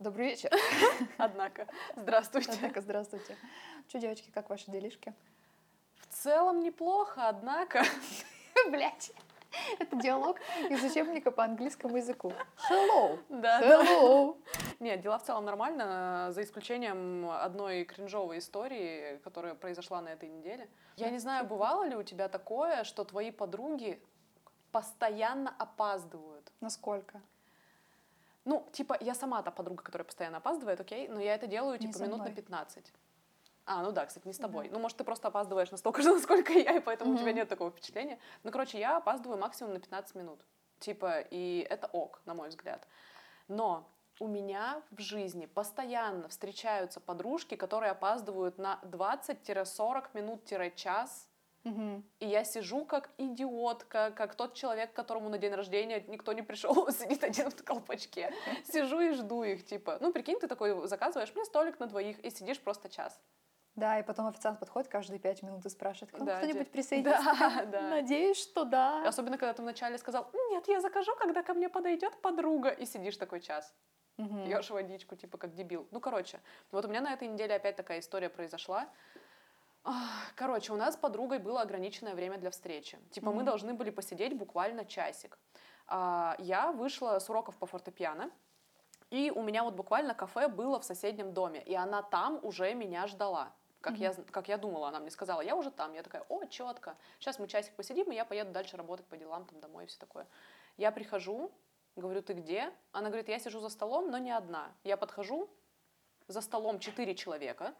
Добрый вечер. Однако, здравствуйте. Однако, здравствуйте. Что, девочки, как ваши делишки? В целом неплохо, однако... Блять. Это диалог из учебника по английскому языку. Hello. Да, Hello. Нет, дела в целом нормально, за исключением одной кринжовой истории, которая произошла на этой неделе. Я не знаю, бывало ли у тебя такое, что твои подруги постоянно опаздывают? Насколько? Ну, типа, я сама та подруга, которая постоянно опаздывает, окей, но я это делаю, Не типа, со минут мной. на 15. Ну да, кстати, не с тобой. Да. Ну, может, ты просто опаздываешь настолько же, насколько и я, и поэтому у тебя нет такого впечатления. Ну, короче, я опаздываю максимум на 15 минут. Типа, и это ок, на мой взгляд. Но у меня в жизни постоянно встречаются подружки, которые опаздывают на 20-40 минут-час. И я сижу как идиотка, как тот человек, которому на день рождения никто не пришел, сидит один в колпачке. Сижу и жду их, типа. Ну, прикинь, ты такой заказываешь мне столик на двоих и сидишь просто час. Да, и потом официант подходит каждые 5 минут и спрашивает, Да, кто-нибудь присоединится? Да. Надеюсь, что да. Особенно, когда ты вначале сказал, нет, я закажу, когда ко мне подойдет подруга, и сидишь такой час. Пьешь водичку, типа, как дебил. Ну, короче, вот у меня на этой неделе опять такая история произошла. Короче, у нас с подругой было ограниченное время для встречи. Типа, мы должны были посидеть буквально часик. Я вышла с уроков по фортепиано, и у меня вот буквально кафе было в соседнем доме, и она там уже меня ждала. Как я думала, она мне сказала, я уже там. Я такая, четко. Сейчас мы часик посидим, и я поеду дальше работать по делам, там, домой и все такое. Я прихожу, говорю, ты где? Она говорит, я сижу за столом, но не одна. Я подхожу, за столом 4 человека,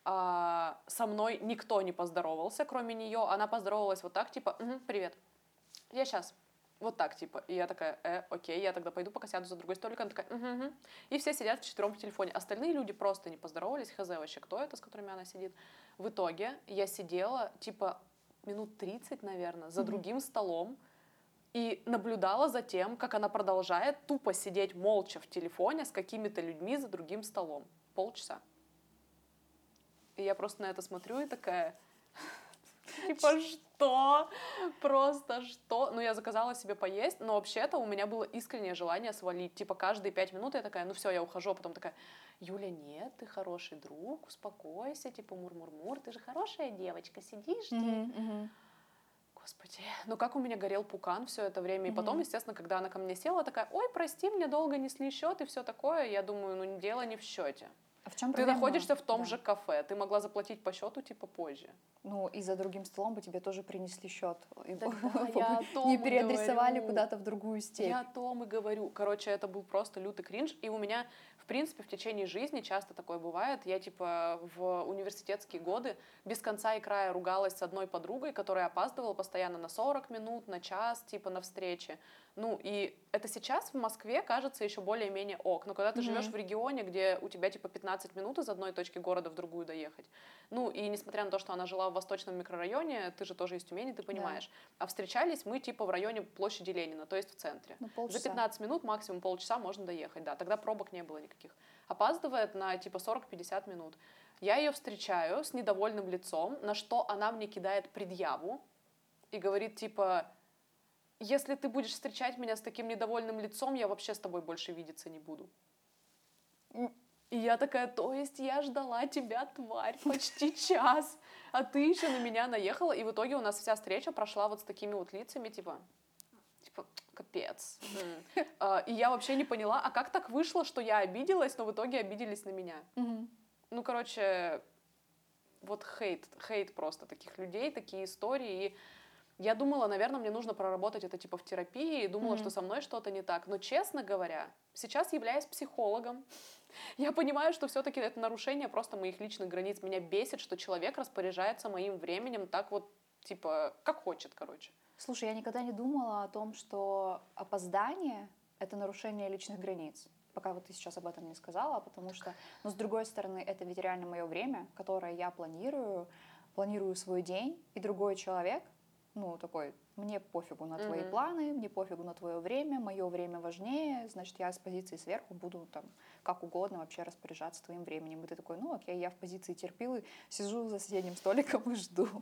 со мной никто не поздоровался, кроме нее. Она поздоровалась вот так, типа, привет, я сейчас. Вот так, типа. И я такая, окей, я тогда пойду пока сяду за другой столик. Она такая, угу. И все сидят вчетвером в телефоне. Остальные люди просто не поздоровались. Хз вообще, кто это, с которыми она сидит. В итоге я сидела, типа, минут 30, наверное, за другим столом и наблюдала за тем, как она продолжает тупо сидеть молча в телефоне с какими-то людьми за другим столом. Полчаса. И я просто на это смотрю и такая... Типа, что? Просто что? Ну, я заказала себе поесть, но вообще-то у меня было искреннее желание свалить. Типа, каждые 5 минут я такая, ну все, я ухожу, а потом такая, Юля, нет, ты хороший друг, успокойся, типа, мур-мур-мур, ты же хорошая девочка, сидишь, Господи, ну как у меня горел пукан все это время. И потом, естественно, когда она ко мне села, такая, ой, прости, мне долго несли счет и все такое. Я думаю, ну дело не в счете. А в чем Ты проблема? находишься в том же кафе, ты могла заплатить по счету типа позже. Ну, и за другим столом бы тебе тоже принесли счет. Я о том Не и переадресовали говорю. куда-то в другую степь. Я о том и говорю. Короче, это был просто лютый кринж. И у меня, в принципе, в течение жизни часто такое бывает. Я, типа, в университетские годы без конца и края ругалась с одной подругой, которая опаздывала постоянно на 40 минут, на час, типа, на встрече. Ну, и это сейчас в Москве кажется еще более-менее ок. Но когда ты живешь в регионе, где у тебя, типа, 15 минут из одной точки города в другую доехать, ну, и несмотря на то, что она жила в восточном микрорайоне, ты же тоже из Тюмени, ты понимаешь. Да. А встречались мы, типа, в районе площади Ленина, то есть в центре. За 15 минут, максимум полчаса можно доехать, да. Тогда пробок не было никаких. Опаздывает на, типа, 40-50 минут. Я ее встречаю с недовольным лицом, на что она мне кидает предъяву и говорит, типа... Если ты будешь встречать меня с таким недовольным лицом, я вообще с тобой больше видеться не буду. И я такая, то есть я ждала тебя, тварь, почти час, а ты еще на меня наехала, и в итоге у нас вся встреча прошла вот с такими вот лицами, типа капец. И я вообще не поняла, а как так вышло, что я обиделась, но в итоге обиделись на меня. Ну, короче, вот хейт просто таких людей, такие истории, и я думала, наверное, мне нужно проработать это типа в терапии, и думала, что со мной что-то не так. Но, честно говоря, сейчас, являясь психологом, я понимаю, что все-таки это нарушение просто моих личных границ. Меня бесит, что человек распоряжается моим временем так вот, типа, как хочет, короче. Слушай, я никогда не думала о том, что опоздание — это нарушение личных границ. Пока вот ты сейчас об этом не сказала, потому что, но с другой стороны, это ведь реально мое время, которое я планирую свой день, и другой человек, ну, такой, мне пофигу на твои планы, мне пофигу на твое время, мое время важнее, значит, я с позиции сверху буду там как угодно вообще распоряжаться твоим временем. И ты такой, ну, окей, я в позиции терпилы, сижу за соседним столиком и жду.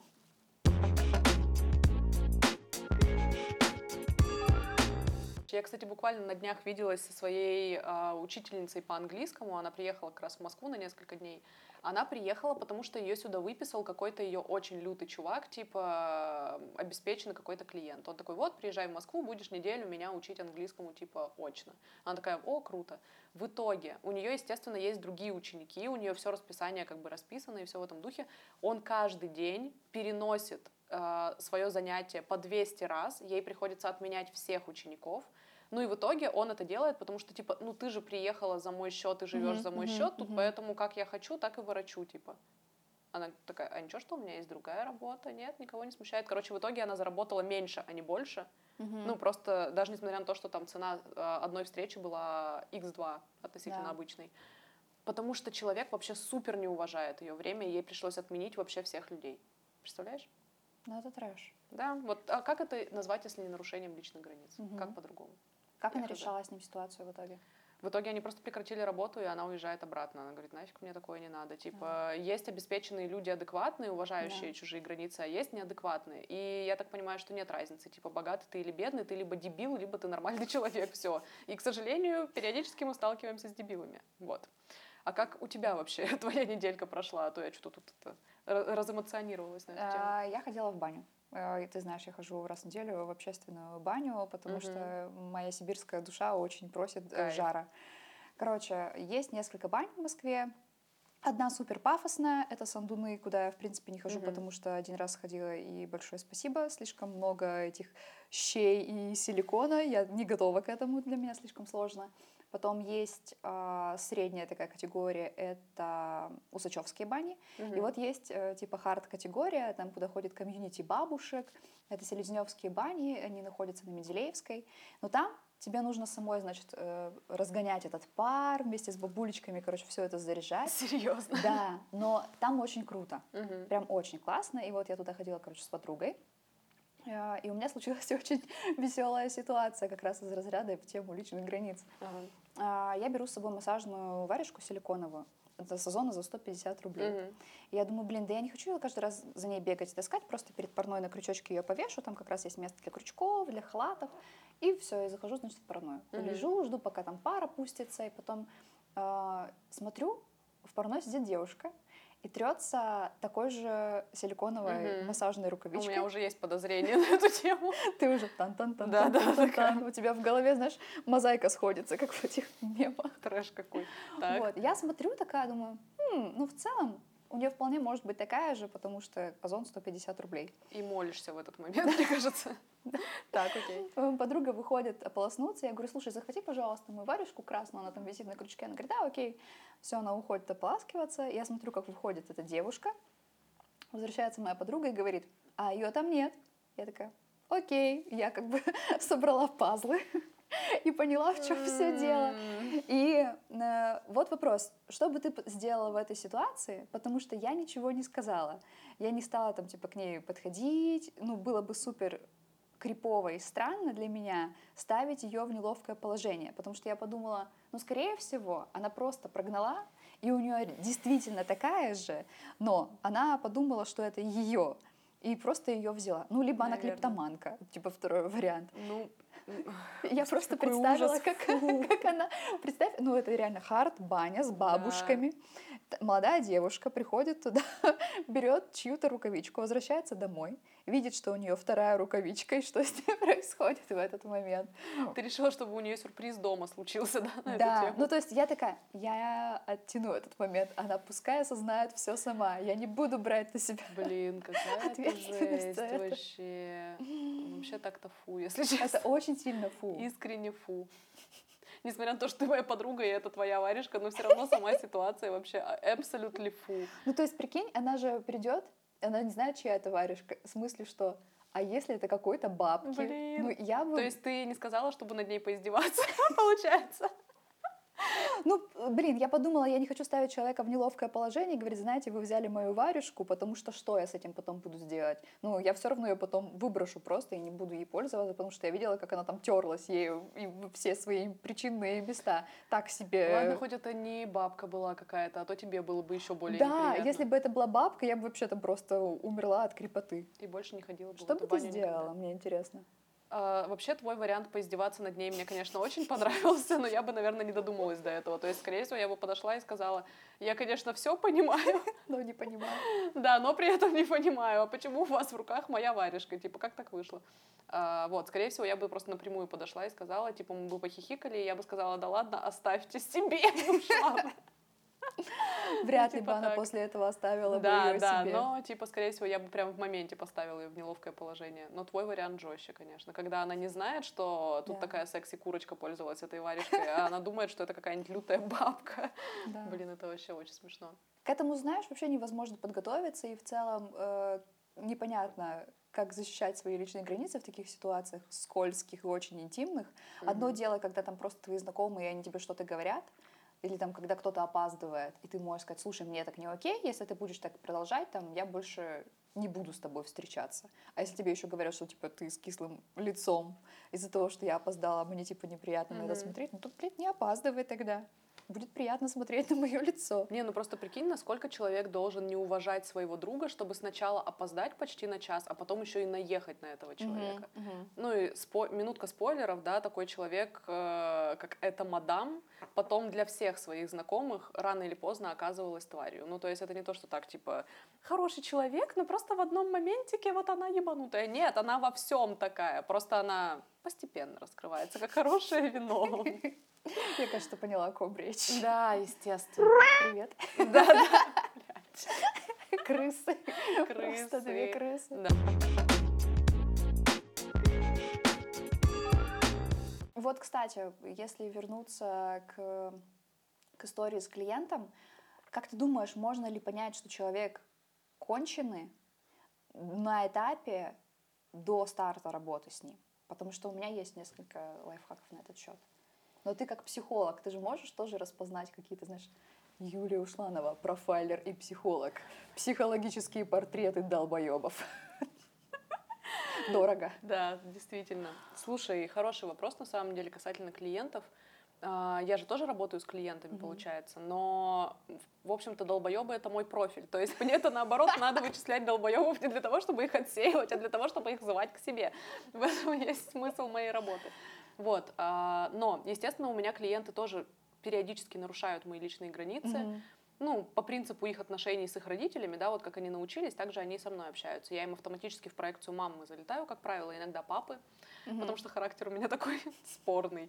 Я, кстати, буквально на днях виделась со своей учительницей по английскому. Она приехала как раз в Москву на несколько дней. Она приехала, потому что ее сюда выписал какой-то ее очень лютый чувак, типа обеспеченный какой-то клиент. Он такой: вот, приезжай в Москву, будешь неделю меня учить английскому, типа, очно. Она такая: о, круто. В итоге у нее, естественно, есть другие ученики, у нее все расписание как бы расписано и все в этом духе. Он каждый день переносит свое занятие по 200 раз, ей приходится отменять всех учеников. Ну и в итоге он это делает, потому что, типа, ну ты же приехала за мой счет и живешь за мой счет, тут поэтому как я хочу, так и ворочу, типа. Она такая: а ничего, что у меня есть другая работа? Нет, никого не смущает. Короче, в итоге она заработала меньше, а не больше. Ну, просто даже несмотря на то, что там цена одной встречи была x2 относительно обычной. Потому что человек вообще супер не уважает ее время, и ей пришлось отменить вообще всех людей. Представляешь? Ну, это трэш. Да, вот, а как это назвать, если не нарушением личных границ? Как по-другому? Как она решала с ним ситуацию в итоге? В итоге они просто прекратили работу, и она уезжает обратно. Она говорит: нафиг мне такое не надо. Типа, есть обеспеченные люди адекватные, уважающие чужие границы, а есть неадекватные. И я так понимаю, что нет разницы. Типа, богатый ты или бедный, ты либо дебил, либо ты нормальный человек. Все. И, к сожалению, периодически мы сталкиваемся с дебилами. Вот. А как у тебя вообще твоя неделька прошла? А то я что-то тут разэмоционировалась на эту тему. Я ходила в баню. И ты знаешь, я хожу раз в неделю в общественную баню, потому что моя сибирская душа очень просит жара. Короче, есть несколько бань в Москве. Одна супер пафосная, это Сандуны, куда я, в принципе, не хожу, потому что один раз ходила, и большое спасибо, слишком много этих щей и силикона, я не готова к этому, для меня слишком сложно. Потом есть средняя такая категория, это усачевские бани. И вот есть типа хард-категория, там куда ходит комьюнити бабушек, это селезневские бани, они находятся на Менделеевской. Но там тебе нужно самой, значит, разгонять этот пар вместе с бабулечками, короче, все это заряжать. Серьезно? Да, но там очень круто, прям очень классно. И вот я туда ходила, короче, с подругой. И у меня случилась очень веселая ситуация как раз из разряда в тему личных границ. Я беру с собой массажную варежку силиконовую. Это с Озона за 150 рублей. И я думаю, блин, да я не хочу каждый раз за ней бегать и таскать, просто перед парной на крючочке ее повешу, там как раз есть место для крючков, для халатов, и все, и захожу, значит, в парную. Лежу, жду, пока там пар опустится, и потом смотрю, в парной сидит девушка, и трется такой же силиконовой массажной рукавичкой. У меня уже есть подозрение на эту тему. Ты уже тан-тан-тан-тан-тан-тан. У тебя в голове, знаешь, мозаика сходится, как в этих мемах. Трэш какой. Вот. Я смотрю такая, думаю, ну в целом у нее вполне может быть такая же, потому что Озон 150 рублей. И молишься в этот момент, мне кажется. Так, окей. Подруга выходит ополоснуться, я говорю: слушай, захвати, пожалуйста, мою варежку красную, она там висит на крючке. Она говорит: да, окей. Все, она уходит ополаскиваться. Я смотрю, как выходит эта девушка. Возвращается моя подруга и говорит: а ее там нет. Я такая: окей. Я как бы собрала пазлы и поняла, в чем все дело. И вот вопрос: что бы ты сделала в этой ситуации? Потому что я ничего не сказала. Я не стала там типа к ней подходить. Ну, было бы супер крипово и странно для меня ставить ее в неловкое положение, потому что я подумала, ну, скорее всего, она просто прогнала, и у нее действительно такая же, но она подумала, что это ее, и просто ее взяла. Ну, либо она клептоманка, типа второй вариант. Ну, я просто представила, как она... Представь, ну, это реально хард, баня с бабушками. Молодая девушка приходит туда, берет чью-то рукавичку, возвращается домой, видит, что у нее вторая рукавичка, и что с ней происходит в этот момент. Ты решила, чтобы у нее сюрприз дома случился, да, на да, эту тему? Ну то есть я такая, я оттяну этот момент, она пускай осознает все сама, я не буду брать на себя Блин, какая это жесть вообще. Вообще так-то фу, если честно. Это очень сильно фу. Искренне фу. Несмотря на то, что ты моя подруга и это твоя варежка, но все равно сама ситуация вообще абсолютно фу. Ну, то есть, прикинь, она же придет, она не знает, чья это варежка. В смысле, что, а если это какой-то бабки? Блин. Ну, я бы... То есть ты не сказала, чтобы над ней поиздеваться, получается? Ну, блин, я подумала, я не хочу ставить человека в неловкое положение и говорить: знаете, вы взяли мою варежку, потому что я с этим потом буду сделать? Ну, я все равно ее потом выброшу просто и не буду ей пользоваться, потому что я видела, как она там терлась ею и все свои причинные места так себе. Ладно, хоть это не бабка была какая-то, а то тебе было бы еще более да, неприятно. Если бы это была бабка, я бы вообще-то просто умерла от крепоты. И больше не ходила бы Что в эту бы ты баню сделала, никогда. мне интересно? Вообще, твой вариант поиздеваться над ней мне, конечно, очень понравился, но я бы, наверное, не додумалась до этого. То есть, скорее всего, я бы подошла и сказала, я, конечно, все понимаю, Но не понимаю. да, но при этом не понимаю, а почему у вас в руках моя варежка, типа, как так вышло? Вот, скорее всего, я бы просто напрямую подошла и сказала, типа, мы бы похихикали, и я бы сказала, да ладно, оставьте себе, и ушла бы. Вряд ли типа бы она так. после этого оставила бы Да, ее да, себе. но, типа, скорее всего, я бы прям в моменте поставила ее в неловкое положение. Но твой вариант жестче, конечно. Когда она не знает, что тут Да. такая секси-курочка пользовалась этой варежкой, а она думает, что это какая-нибудь лютая бабка. Да. Блин, это вообще очень смешно. К этому, знаешь, вообще невозможно подготовиться, и в целом непонятно, как защищать свои личные границы в таких ситуациях скользких и очень интимных. Одно дело, когда там просто твои знакомые, и они тебе что-то говорят, или там, когда кто-то опаздывает, и ты можешь сказать, слушай, мне так не окей, если ты будешь так продолжать, там, я больше не буду с тобой встречаться. А если тебе еще говорят, что, типа, ты с кислым лицом из-за того, что я опоздала, мне, типа, неприятно на это смотреть, ну, то, блядь, не опаздывай тогда. Будет приятно смотреть на мое лицо. Не, ну просто прикинь, насколько человек должен не уважать своего друга, чтобы сначала опоздать почти на час, а потом еще и наехать на этого человека. Ну и минутка спойлеров, да, такой человек, как эта мадам, потом для всех своих знакомых рано или поздно оказывалась тварью. Ну то есть это не то, что так, типа, хороший человек, но просто в одном моментике вот она ебанутая. Нет, она во всем такая, просто она постепенно раскрывается, как хорошее вино. Я, кажется, поняла, о ком речь. Да, естественно. Привет. Да, да. Крысы. Крысы. Просто две крысы. Да. Вот, кстати, если вернуться к истории с клиентом, как ты думаешь, можно ли понять, что человек конченый на этапе до старта работы с ним? Потому что у меня есть несколько лайфхаков на этот счет. Но ты как психолог, ты же можешь тоже распознать какие-то, знаешь, Юлия Ушланова, профайлер и психолог. Психологические портреты долбоебов. Дорого. Да, действительно. Слушай, хороший вопрос на самом деле касательно клиентов. Я же тоже работаю с клиентами, получается, но, в общем-то, долбоебы — это мой профиль. То есть мне-то, наоборот, надо вычислять долбоебов не для того, чтобы их отсеивать, а для того, чтобы их звать к себе. В этом есть смысл моей работы. Вот. Но, естественно, у меня клиенты тоже периодически нарушают мои личные границы. Ну, по принципу их отношений с их родителями, да, вот как они научились, так же они со мной общаются. Я им автоматически в проекцию мамы залетаю, как правило, иногда папы, потому что характер у меня такой спорный,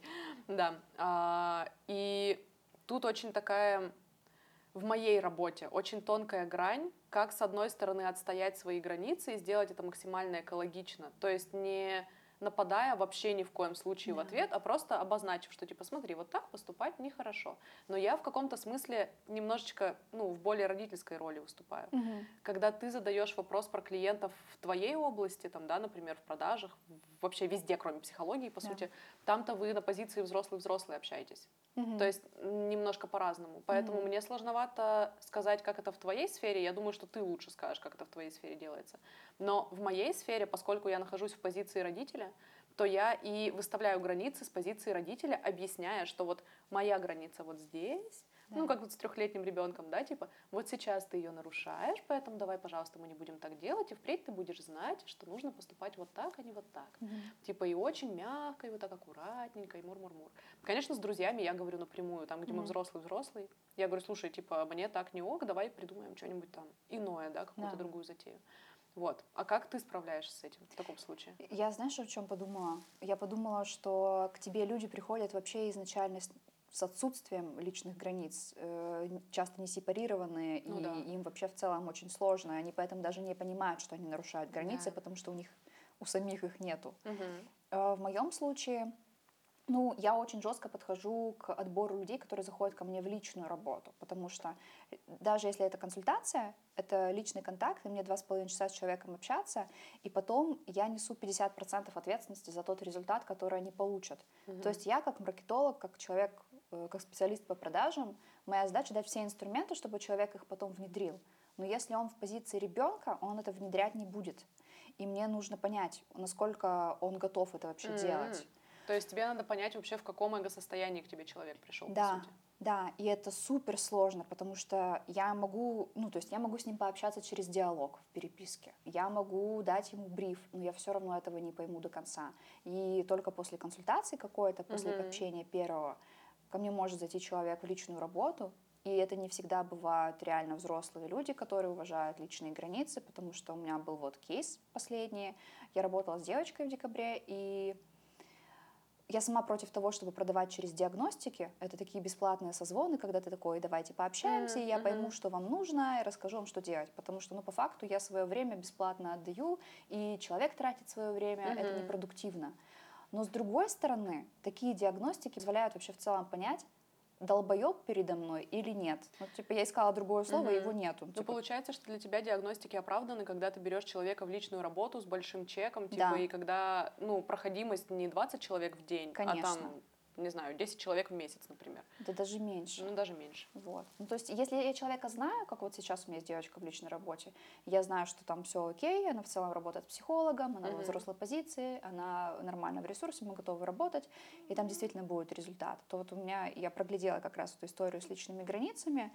да. И тут очень такая, в моей работе, очень тонкая грань, как, с одной стороны, отстоять свои границы и сделать это максимально экологично, то есть не нападая вообще ни в коем случае в ответ, а просто обозначив, что типа смотри, вот так поступать нехорошо. Но я в каком-то смысле немножечко, ну, в более родительской роли выступаю. Когда ты задаешь вопрос про клиентов в твоей области, там, да, например, в продажах, вообще везде, кроме психологии, по сути, там-то вы на позиции взрослый-взрослый общаетесь. То есть немножко по-разному. Поэтому мне сложновато сказать, как это в твоей сфере. Я думаю, что ты лучше скажешь, как это в твоей сфере делается. Но в моей сфере, поскольку я нахожусь в позиции родителя, то я и выставляю границы с позиции родителя, объясняя, что вот моя граница вот здесь, ну, как вот с 3-летним ребенком, да, типа, вот сейчас ты ее нарушаешь, поэтому давай, пожалуйста, мы не будем так делать, и впредь ты будешь знать, что нужно поступать вот так, а не вот так. Типа, и очень мягко, и вот так аккуратненько, и мур-мур-мур. Конечно, с друзьями я говорю напрямую, там, где мы взрослый-взрослый, я говорю, слушай, типа, мне так не ок, давай придумаем что-нибудь там иное, да, какую-то другую затею. Вот. А как ты справляешься с этим в таком случае? Я, знаешь, о чем подумала? Я подумала, что к тебе люди приходят вообще изначально с отсутствием личных границ, часто не сепарированные, Ну, и да. им вообще в целом очень сложно. Они поэтому даже не понимают, что они нарушают границы, потому что у самих их нету. В моем случае, ну, я очень жестко подхожу к отбору людей, которые заходят ко мне в личную работу, потому что даже если это консультация, это личный контакт, и мне 2,5 часа с человеком общаться, и потом я несу 50% ответственности за тот результат, который они получат. То есть я как маркетолог, как человек, как специалист по продажам, моя задача дать все инструменты, чтобы человек их потом внедрил. Но если он в позиции ребенка, он это внедрять не будет. И мне нужно понять, насколько он готов это вообще делать. То есть тебе надо понять вообще, в каком эго-состоянии к тебе человек пришел, Да. по сути. Да, и это супер сложно, потому что я могу, ну, то есть я могу с ним пообщаться через диалог в переписке. Я могу дать ему бриф, но я все равно этого не пойму до конца. И только после консультации какой-то, после общения первого, ко мне может зайти человек в личную работу, и это не всегда бывают реально взрослые люди, которые уважают личные границы, потому что у меня был вот кейс последний. Я работала с девочкой в декабре, и я сама против того, чтобы продавать через диагностики. Это такие бесплатные созвоны, когда ты такой, давайте пообщаемся, и я пойму, что вам нужно, и расскажу вам, что делать. Потому что, ну, по факту я свое время бесплатно отдаю, и человек тратит свое время, это непродуктивно. Но с другой стороны, такие диагностики позволяют вообще в целом понять, долбоеб передо мной или нет. Ну, типа, я искала другое слово, его нету. Ну, Типа, получается, что для тебя диагностики оправданы, когда ты берешь человека в личную работу с большим чеком, типа, да, и когда, ну, проходимость не 20 человек в день, а конечно. там, не знаю, 10 человек в месяц, например. Да даже меньше. Ну, даже меньше. Вот. Ну, то есть, если я человека знаю, как вот сейчас у меня есть девочка в личной работе, я знаю, что там все окей, она в целом работает психологом, она во взрослой позиции, она нормально в ресурсе, мы готовы работать, и там действительно будет результат. То вот у меня, я проглядела как раз эту историю с личными границами,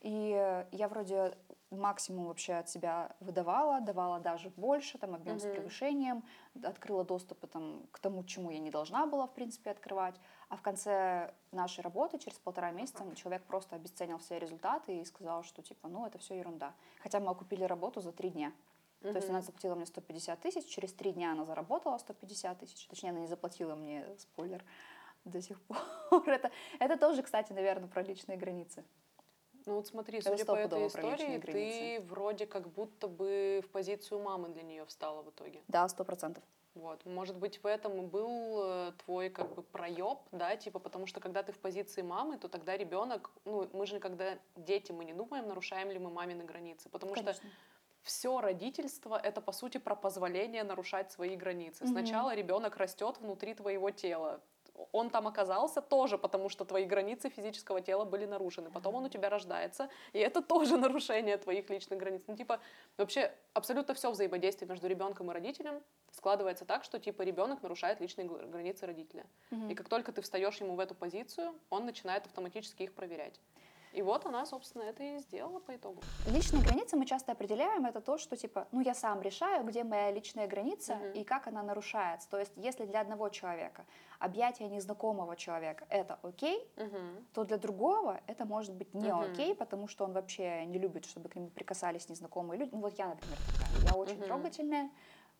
и я вроде максимум вообще от себя выдавала, давала даже больше, там объем с превышением, открыла доступы там, к тому, чему я не должна была, в принципе, открывать. А в конце нашей работы, через 1,5 месяца, человек просто обесценил все результаты и сказал, что типа, ну, это все ерунда. Хотя мы окупили работу за 3 дня. То есть она заплатила мне 150 тысяч, через 3 дня она заработала 150 тысяч. Точнее, она не заплатила мне, спойлер, до сих пор. Это тоже, кстати, наверное, про личные границы. Ну вот смотри, Это судя по этой стопудово про личные истории, границы. ты вроде как будто бы в позицию мамы для нее встала в итоге. Да, 100%. Вот. Может быть, в этом и был твой как бы проеб, да, типа, потому что когда ты в позиции мамы, то тогда ребенок, ну, мы же когда дети, мы не думаем, нарушаем ли мы мамины границы, потому Конечно. что все родительство это по сути про позволение нарушать свои границы. Сначала ребенок растет внутри твоего тела. Он там оказался тоже, потому что твои границы физического тела были нарушены. Потом он у тебя рождается, и это тоже нарушение твоих личных границ. Ну, типа, вообще абсолютно все взаимодействие между ребенком и родителем складывается так, что типа ребенок нарушает личные границы родителя. И как только ты встаешь ему в эту позицию, он начинает автоматически их проверять. И вот она, собственно, это и сделала по итогу. Личные границы мы часто определяем, это то, что типа, ну я сам решаю, где моя личная граница и как она нарушается. То есть если для одного человека объятие незнакомого человека это окей, то для другого это может быть не окей, потому что он вообще не любит, чтобы к нему прикасались незнакомые люди. Ну вот я, например, такая, я очень трогательная,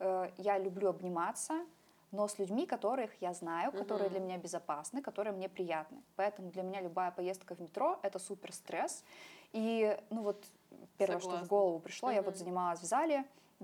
я люблю обниматься, но с людьми, которых я знаю, которые для меня безопасны, которые мне приятны. Поэтому для меня любая поездка в метро — это супер стресс. И, ну вот, первое, что в голову пришло, я вот занималась в зале,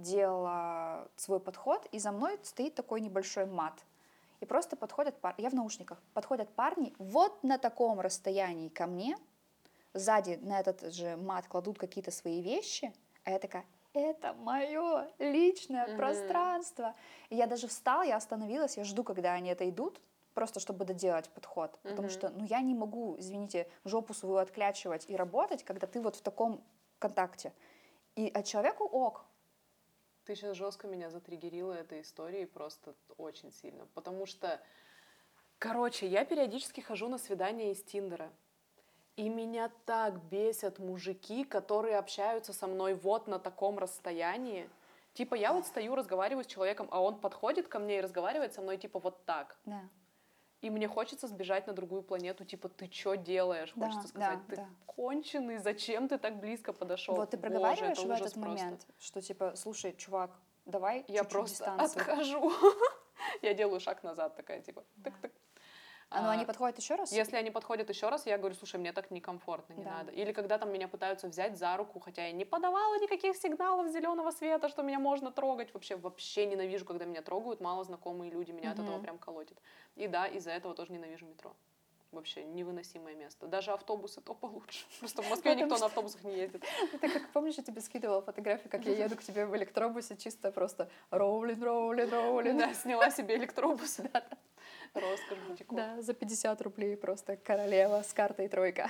делала свой подход, и за мной стоит такой небольшой мат. И просто подходят парни, я в наушниках, подходят парни вот на таком расстоянии ко мне, сзади на этот же мат кладут какие-то свои вещи, а я такая: это мое личное пространство. И я даже встала, я остановилась, я жду, когда они отойдут, просто чтобы доделать подход. Потому что, ну, я не могу, извините, жопу свою отклячивать и работать, когда ты вот в таком контакте. А человеку ок. Ты сейчас жестко меня затриггерила этой историей просто очень сильно. Потому что, короче, я периодически хожу на свидания из Тиндера. И меня так бесят мужики, которые общаются со мной вот на таком расстоянии. Типа я вот стою, разговариваю с человеком, а он подходит ко мне и разговаривает со мной типа вот так. Да. И мне хочется сбежать на другую планету, типа ты что делаешь? Да, Хочется сказать, да, ты конченый, зачем ты так близко подошел? Вот ты проговариваешь в этот момент, что типа, слушай, чувак, давай я чуть-чуть просто дистанции. отхожу. Я делаю шаг назад такая, типа, так-так. Ну, они подходят еще раз? Если они подходят еще раз, я говорю: слушай, мне так некомфортно, не надо. Или когда там меня пытаются взять за руку, хотя я не подавала никаких сигналов зеленого света, что меня можно трогать. Вообще ненавижу, когда меня трогают малознакомые люди, меня от этого прям колотит. И да, из-за этого тоже ненавижу метро. Вообще невыносимое место. Даже автобусы то получше. Просто в Москве никто на автобусах не ездит. Ты как помнишь, я тебе скидывала фотографии, как я еду к тебе в электробусе, чисто просто роулин. Да, сняла себе электробус. Роскошь бутиков. Да, за 50 рублей просто королева с картой тройка.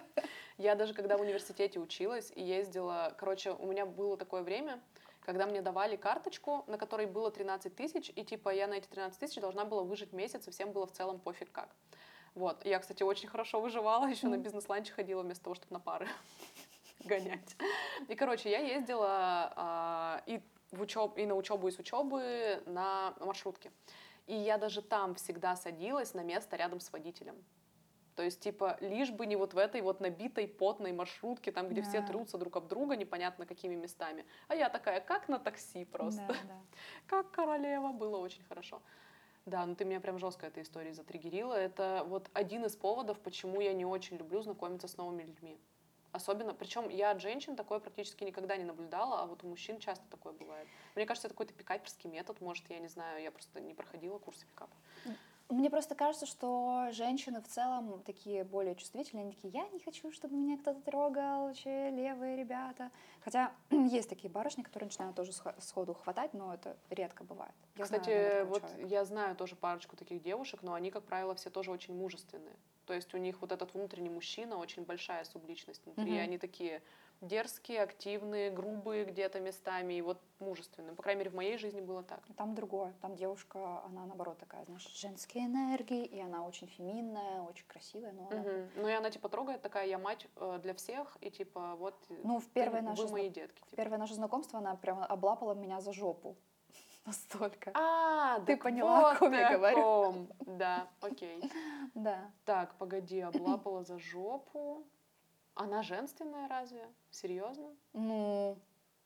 Я даже когда в университете училась и ездила... Короче, у меня было такое время, когда мне давали карточку, на которой было 13 тысяч, и типа я на эти 13 тысяч должна была выжить месяц, и всем было в целом пофиг как. Вот. Я, кстати, очень хорошо выживала, еще на бизнес-ланче ходила вместо того, чтобы на пары гонять. И, короче, я ездила и на учебу, и с учебы на маршрутке. И я даже там всегда садилась на место рядом с водителем. То есть, типа, лишь бы не вот в этой вот набитой, потной маршрутке, там, где все трутся друг об друга, непонятно какими местами. А я такая, как на такси просто. Как королева, было очень хорошо. Да, ну ты меня прям жестко этой историей затриггерила. Это вот один из поводов, почему я не очень люблю знакомиться с новыми людьми. Особенно, причем я от женщин такое практически никогда не наблюдала, а вот у мужчин часто такое бывает. Мне кажется, это какой-то пикаперский метод, может, я не знаю, я просто не проходила курсы пикапа. Мне просто кажется, что женщины в целом такие более чувствительные, они такие, я не хочу, чтобы меня кто-то трогал, вообще левые ребята. Хотя есть такие барышни, которые начинают тоже сходу хватать, но это редко бывает. Кстати, вот я знаю тоже парочку таких девушек, но они, как правило, все тоже очень мужественные. То есть у них вот этот внутренний мужчина, очень большая субличность внутри, и они такие дерзкие, активные, грубые где-то местами, и вот мужественные. По крайней мере, в моей жизни было так. Там другое. Там девушка, она наоборот такая, знаешь, женские энергии, и она очень феминная, очень красивая. Но она... Ну и она типа трогает такая, я мать для всех, и типа вот ну, вы мои детки. Типа. Первое наше знакомство, она прям облапала меня за жопу. Настолько. Ты поняла, вот о ком я говорю. Да, окей. Да. Так, погоди, облапала за жопу. Она женственная разве? Серьезно? Ну,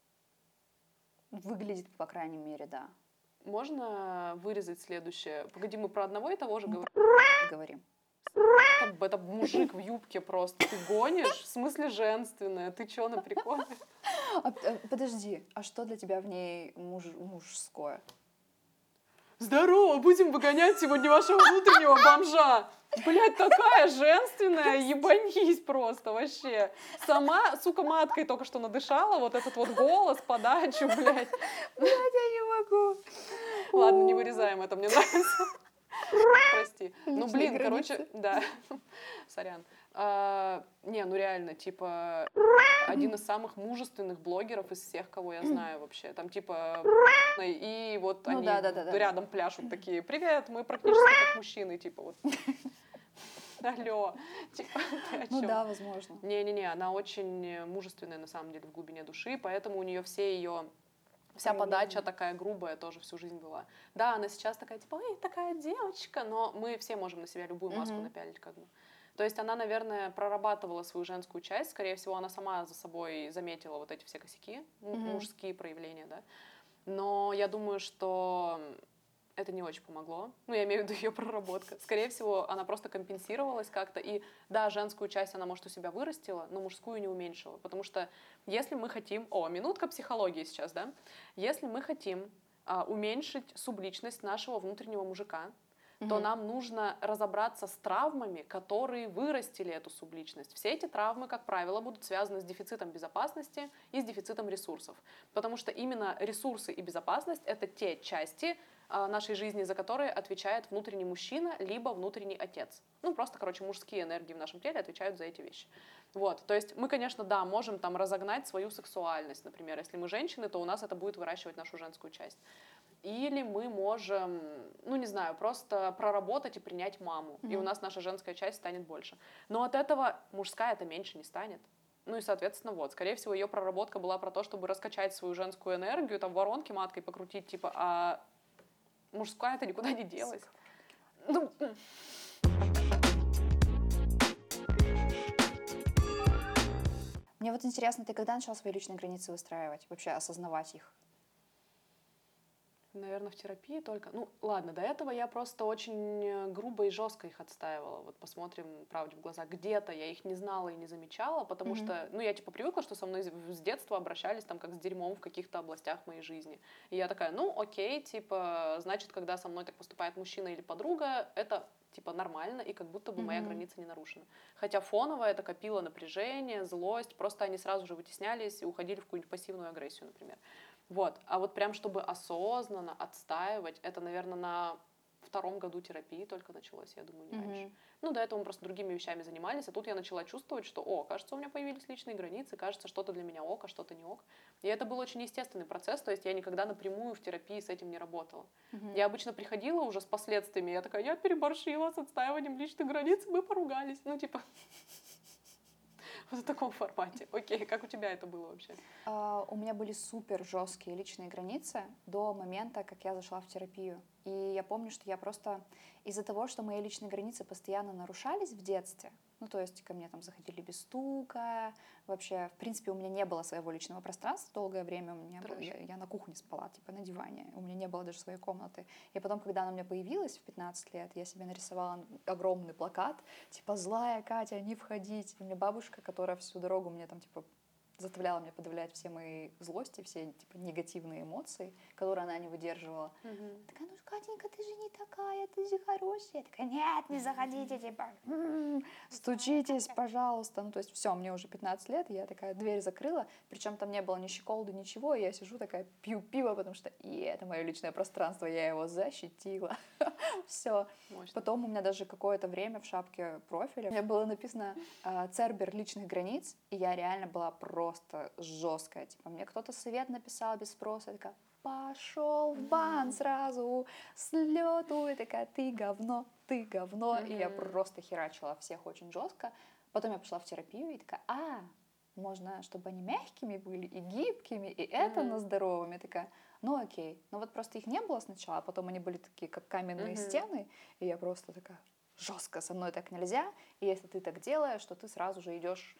выглядит, по крайней мере, да. Можно вырезать следующее? Погоди, мы про одного и того же говорим. Это мужик в юбке просто. Ты гонишь? В смысле женственная? Ты чё, на приколе? Подожди, а что для тебя в ней мужское? Здорово, будем выгонять сегодня вашего внутреннего бомжа. Блядь, такая женственная, ебанись просто вообще. Сама, сука, маткой только что надышала, вот этот вот голос, подачу, блядь. Блядь, я не могу. Ладно, не вырезаем, это мне нравится. Прости. Ну, блин, короче, да. Сорян. Не, ну реально, типа, один из самых мужественных блогеров из всех, кого я знаю вообще. Там, типа, и вот они рядом пляшут такие, привет, мы практически как мужчины, типа, вот. Алло. Типа, ну да, возможно. Не-не-не, она очень мужественная, на самом деле, в глубине души, поэтому у нее вся подача такая грубая тоже всю жизнь была. Да, она сейчас такая, типа, ой, такая девочка, но мы все можем на себя любую маску напялить, как бы. То есть она, наверное, прорабатывала свою женскую часть, скорее всего, она сама за собой заметила вот эти все косяки, мужские проявления, да. Но я думаю, что это не очень помогло. Ну, я имею в виду ее проработка. Скорее всего, она просто компенсировалась как-то. И да, женскую часть она, может, у себя вырастила, но мужскую не уменьшила. Потому что если мы хотим... минутка психологии сейчас, да? Если мы хотим уменьшить субличность нашего внутреннего мужика, то нам нужно разобраться с травмами, которые вырастили эту субличность. Все эти травмы, как правило, будут связаны с дефицитом безопасности и с дефицитом ресурсов. Потому что именно ресурсы и безопасность — это те части нашей жизни, за которые отвечает внутренний мужчина, либо внутренний отец. Ну, просто, короче, мужские энергии в нашем теле отвечают за эти вещи. Вот, то есть мы, конечно, да, можем там разогнать свою сексуальность, например. Если мы женщины, то у нас это будет выращивать нашу женскую часть. Или мы можем, ну, не знаю, просто проработать и принять маму, и у нас наша женская часть станет больше. Но от этого мужская это меньше не станет. Ну и, соответственно, вот, скорее всего, ее проработка была про то, чтобы раскачать свою женскую энергию, там, воронки маткой покрутить, типа, а мужская это никуда не делась. Ну, мне вот интересно, ты когда начала свои личные границы выстраивать, вообще осознавать их? Наверное, в терапии только. Ну, ладно, до этого я просто очень грубо и жестко их отстаивала. Вот посмотрим правде в глаза. Где-то я их не знала и не замечала, потому что, ну, я типа привыкла, что со мной с детства обращались там как с дерьмом в каких-то областях моей жизни. И я такая, ну, окей, типа, значит, когда со мной так поступает мужчина или подруга, это типа нормально, и как будто бы моя граница не нарушена. Хотя фоново это копило напряжение, злость, просто они сразу же вытеснялись и уходили в какую-нибудь пассивную агрессию, например. Вот. А вот прям, чтобы осознанно отстаивать, это, наверное, на втором году терапии только началось, я думаю, не раньше. Ну, до этого мы просто другими вещами занимались, а тут я начала чувствовать, что, кажется, у меня появились личные границы, кажется, что-то для меня ок, а что-то не ок. И это был очень естественный процесс, то есть я никогда напрямую в терапии с этим не работала. Я обычно приходила уже с последствиями, я такая, я переборщила с отстаиванием личных границ, мы поругались. Ну, типа, вот в таком формате. Окей, как у тебя это было вообще? У меня были супер жесткие личные границы до момента, как я зашла в терапию. И я помню, что я просто из-за того, что мои личные границы постоянно нарушались в детстве, ну, то есть ко мне там заходили без стука, вообще, в принципе, у меня не было своего личного пространства долгое время, у меня было, я на кухне спала, типа на диване, у меня не было даже своей комнаты. И потом, когда она у меня появилась в 15 лет, я себе нарисовала огромный плакат, типа «Злая Катя, не входить». И у меня бабушка, которая всю дорогу мне там, типа, заставляла меня подавлять все мои злости, все типа негативные эмоции, которые она не выдерживала. Такая, ну, Катенька, ты же не такая, ты же хорошая. Я такая, нет, не заходите, типа, стучитесь, пожалуйста. Ну, то есть все, мне уже 15 лет, и я такая дверь закрыла, причем там не было ни щеколды, ничего, и я сижу такая, пью пиво, потому что и это мое личное пространство, я его защитила. Все. Потом у меня даже какое-то время в шапке профиля у меня было написано «Цербер личных границ», и я реально была просто жесткая. Типа, мне кто-то совет написал без спроса, я такая, пошел в бан сразу, с лету, и такая, ты говно, и я просто херачила всех очень жестко. Потом я пошла в терапию и такая, можно, чтобы они мягкими были и гибкими, и это на здоровыми. Такая, ну окей. Но вот просто их не было сначала, а потом они были такие, как каменные стены, и я просто такая, жестко, со мной так нельзя, и если ты так делаешь, то ты сразу же идешь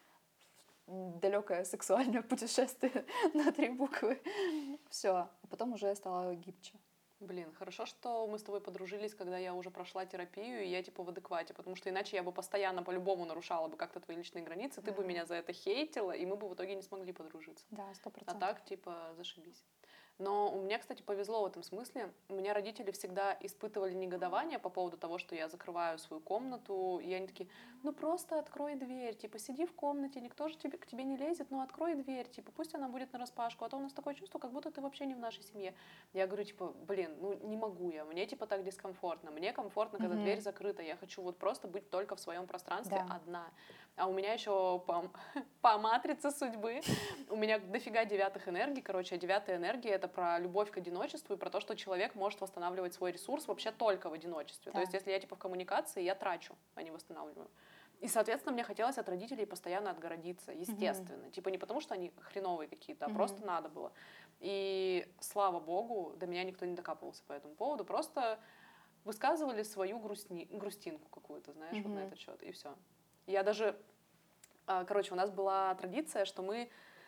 в далекое сексуальное путешествие на 3 буквы. Все. А потом уже я стала гибче. Блин, хорошо, что мы с тобой подружились, когда я уже прошла терапию, и я типа в адеквате, потому что иначе я бы постоянно по-любому нарушала бы как-то твои личные границы, ты бы меня за это хейтила, и мы бы в итоге не смогли подружиться. Да, 100%. А так, типа, зашибись. Но у меня, кстати, повезло в этом смысле. У меня родители всегда испытывали негодование по поводу того, что я закрываю свою комнату. И они такие, ну просто открой дверь, типа сиди в комнате, никто же к тебе не лезет, ну открой дверь, типа пусть она будет нараспашку, а то у нас такое чувство, как будто ты вообще не в нашей семье. Я говорю, типа, блин, ну не могу я, мне типа так дискомфортно. Мне комфортно, когда дверь закрыта, я хочу вот просто быть только в своем пространстве одна. А у меня еще по матрице судьбы, у меня дофига 9 энергий, короче, а 9 энергия — это про любовь к одиночеству и про то, что человек может восстанавливать свой ресурс вообще только в одиночестве. То есть если я типа в коммуникации, я трачу, а не восстанавливаю. И, соответственно, мне хотелось от родителей постоянно отгородиться, естественно. Типа не потому, что они хреновые какие-то, а просто надо было. И, слава богу, до меня никто не докапывался по этому поводу, просто высказывали свою грустинку какую-то, знаешь, вот на этот счет, и все. Я даже, короче, у нас была традиция, что мы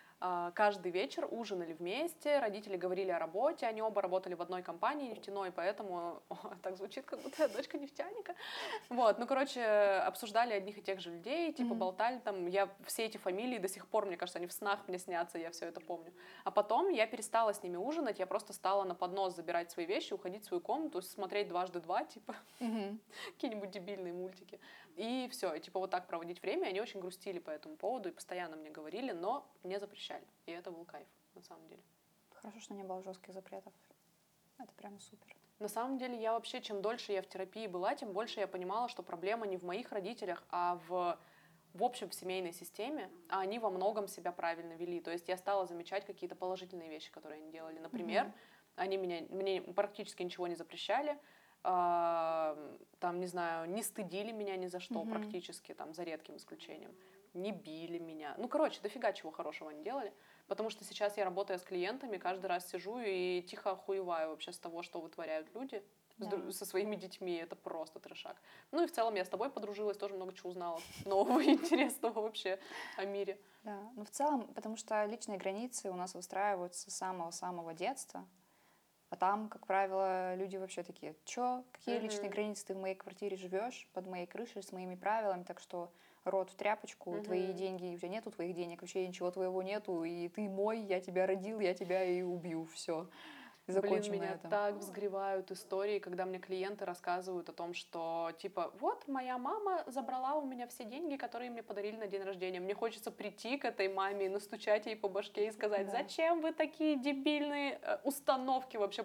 каждый вечер ужинали вместе, родители говорили о работе, они оба работали в одной компании нефтяной, поэтому так звучит, как будто я дочка нефтяника. Вот, ну, короче, обсуждали одних и тех же людей, типа болтали там, я все эти фамилии до сих пор, мне кажется, они в снах мне снятся, я все это помню. А потом я перестала с ними ужинать, я просто стала на поднос забирать свои вещи, уходить в свою комнату, смотреть 2x2, типа, какие-нибудь дебильные мультики. И все, и типа вот так проводить время, они очень грустили по этому поводу и постоянно мне говорили, но не запрещали. И это был кайф, на самом деле. Хорошо, что не было жестких запретов. Это прям супер. На самом деле, я вообще, чем дольше я в терапии была, тем больше я понимала, что проблема не в моих родителях, а в общем в семейной системе, а они во многом себя правильно вели. То есть я стала замечать какие-то положительные вещи, которые они делали. Например, они мне практически ничего не запрещали, там, не знаю, не стыдили меня ни за что практически, там, за редким исключением. Не били меня. Ну, короче, дофига чего хорошего они делали. Потому что сейчас я, работая с клиентами, каждый раз сижу и тихо охуеваю вообще с того, что вытворяют люди со своими детьми. Это просто трешак. Ну и в целом я с тобой подружилась, тоже много чего узнала нового и интересного вообще о мире. Да, ну в целом, потому что личные границы у нас выстраиваются с самого-самого детства. А там, как правило, люди вообще такие, чё, какие личные границы, ты в моей квартире живешь, под моей крышей, с моими правилами, так что рот в тряпочку, твои деньги, у тебя нету твоих денег, вообще ничего твоего нету, и ты мой, я тебя родил, я тебя и убью, все. Блин, меня так взгревают истории, когда мне клиенты рассказывают о том, что, типа, вот моя мама забрала у меня все деньги, которые мне подарили на день рождения. Мне хочется прийти к этой маме, настучать ей по башке и сказать, зачем вы такие дебильные установки вообще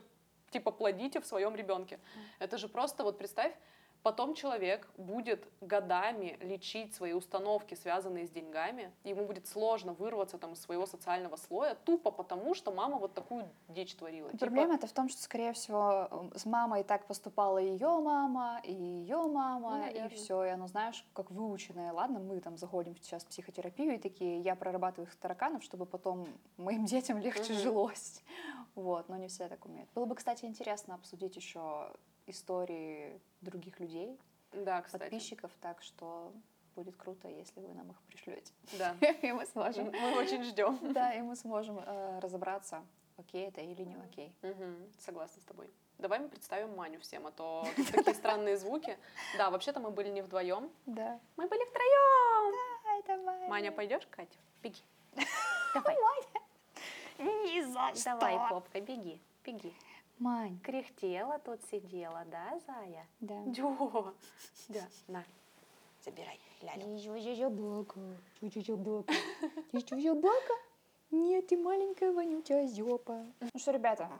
типа плодите в своем ребенке. Это же просто, вот представь, потом человек будет годами лечить свои установки, связанные с деньгами, и ему будет сложно вырваться там из своего социального слоя, тупо потому, что мама вот такую дичь творила. Проблема-то в том, что, скорее всего, с мамой так поступала ее мама, и все, и оно, знаешь, как выученное. Ладно, мы там заходим сейчас в психотерапию, и такие, я прорабатываю их тараканов, чтобы потом моим детям легче жилось. Вот, но не все так умеют. Было бы, кстати, интересно обсудить еще истории других людей, Да, кстати. подписчиков, так что будет круто, если вы нам их пришлете. Да. И мы сможем. Мы очень ждем. Да, и мы сможем разобраться, окей это или не окей. Согласна с тобой. Давай мы представим Маню всем, а то тут такие странные звуки. Да, вообще-то мы были не вдвоем. Да. Мы были втроем. Давай. Маня, пойдешь, Катя? Беги. Давай. Ни за что. Давай, попка, беги, беги. Мань. Кряхтела тут сидела, да, зая? Да. Дё. Да, на, забирай, лялю. Яблоко. Яблоко. Нет, ты маленькая вонючая зёпа. Ну что, ребята,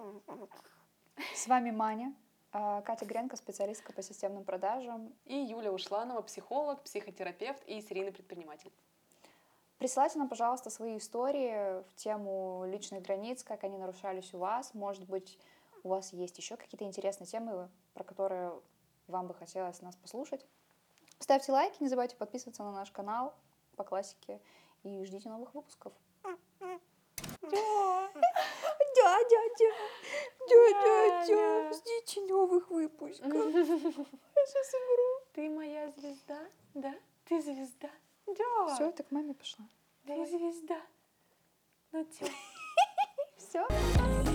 с вами Маня, Катя Гренко, специалистка по системным продажам. И Юля Ушланова, психолог, психотерапевт и серийный предприниматель. Присылайте нам, пожалуйста, свои истории в тему личных границ, как они нарушались у вас. Может быть, у вас есть еще какие-то интересные темы, про которые вам бы хотелось нас послушать. Ставьте лайки, не забывайте подписываться на наш канал по классике и ждите новых выпусков. Дядя, ждите новых выпусков. Я сейчас умру. Ты моя звезда, да? Ты звезда. Да. Все, это к маме пошла. Ты звезда. Ну чё? Все.